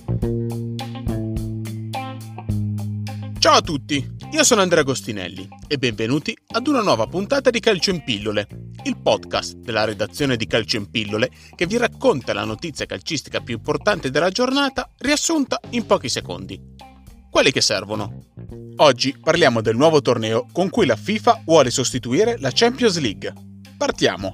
Ciao a tutti, io sono Andrea Agostinelli e benvenuti ad una nuova puntata di Calcio in Pillole, il podcast della redazione di Calcio in Pillole che vi racconta la notizia calcistica più importante della giornata riassunta in pochi secondi. Quelli che servono. Oggi parliamo del nuovo torneo con cui la FIFA vuole sostituire la Champions League. Partiamo!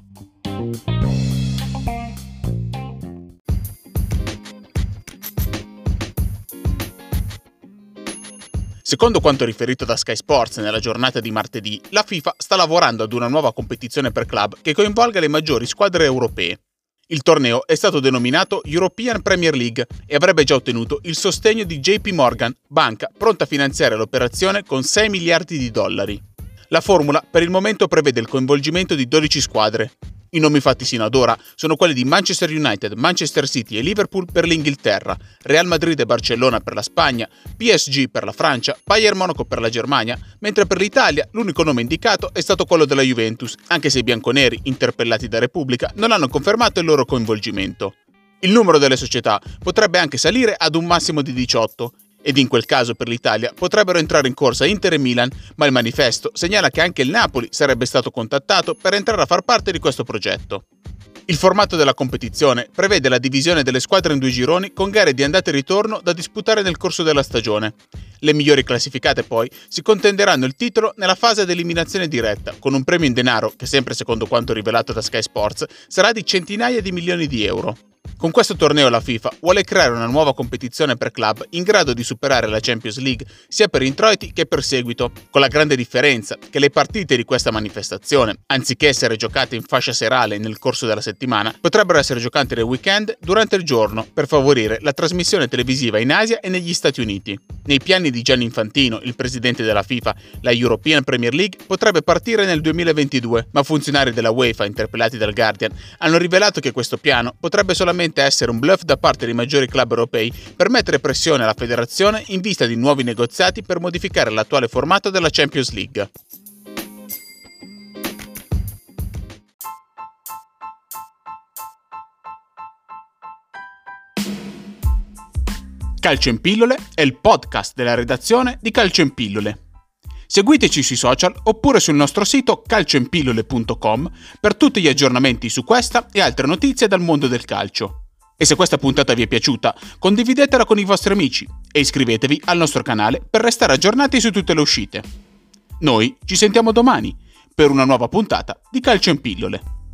Secondo quanto riferito da Sky Sports nella giornata di martedì, la FIFA sta lavorando ad una nuova competizione per club che coinvolga le maggiori squadre europee. Il torneo è stato denominato European Premier League e avrebbe già ottenuto il sostegno di JP Morgan, banca pronta a finanziare l'operazione con 6 miliardi di dollari. La formula per il momento prevede il coinvolgimento di 12 squadre. I nomi fatti sino ad ora sono quelli di Manchester United, Manchester City e Liverpool per l'Inghilterra, Real Madrid e Barcellona per la Spagna, PSG per la Francia, Bayern Monaco per la Germania, mentre per l'Italia l'unico nome indicato è stato quello della Juventus, anche se i bianconeri, interpellati da Repubblica, non hanno confermato il loro coinvolgimento. Il numero delle società potrebbe anche salire ad un massimo di 18, ed in quel caso per l'Italia potrebbero entrare in corsa Inter e Milan, ma il manifesto segnala che anche il Napoli sarebbe stato contattato per entrare a far parte di questo progetto. Il formato della competizione prevede la divisione delle squadre in 2 gironi con gare di andata e ritorno da disputare nel corso della stagione. Le migliori classificate poi si contenderanno il titolo nella fase ad eliminazione diretta, con un premio in denaro che, sempre secondo quanto rivelato da Sky Sports, sarà di centinaia di milioni di euro. Con questo torneo la FIFA vuole creare una nuova competizione per club in grado di superare la Champions League sia per introiti che per seguito, con la grande differenza che le partite di questa manifestazione, anziché essere giocate in fascia serale nel corso della settimana, potrebbero essere giocate nel weekend durante il giorno per favorire la trasmissione televisiva in Asia e negli Stati Uniti. Nei piani di Gianni Infantino, il presidente della FIFA, la European Premier League potrebbe partire nel 2022, ma funzionari della UEFA, interpellati dal Guardian, hanno rivelato che questo piano potrebbe solamente essere un bluff da parte dei maggiori club europei per mettere pressione alla federazione in vista di nuovi negoziati per modificare l'attuale formato della Champions League. Calcio in Pillole è il podcast della redazione di Calcio in Pillole. Seguiteci sui social oppure sul nostro sito calcioinpillole.com per tutti gli aggiornamenti su questa e altre notizie dal mondo del calcio. E se questa puntata vi è piaciuta, condividetela con i vostri amici e iscrivetevi al nostro canale per restare aggiornati su tutte le uscite. Noi ci sentiamo domani per una nuova puntata di Calcio in Pillole.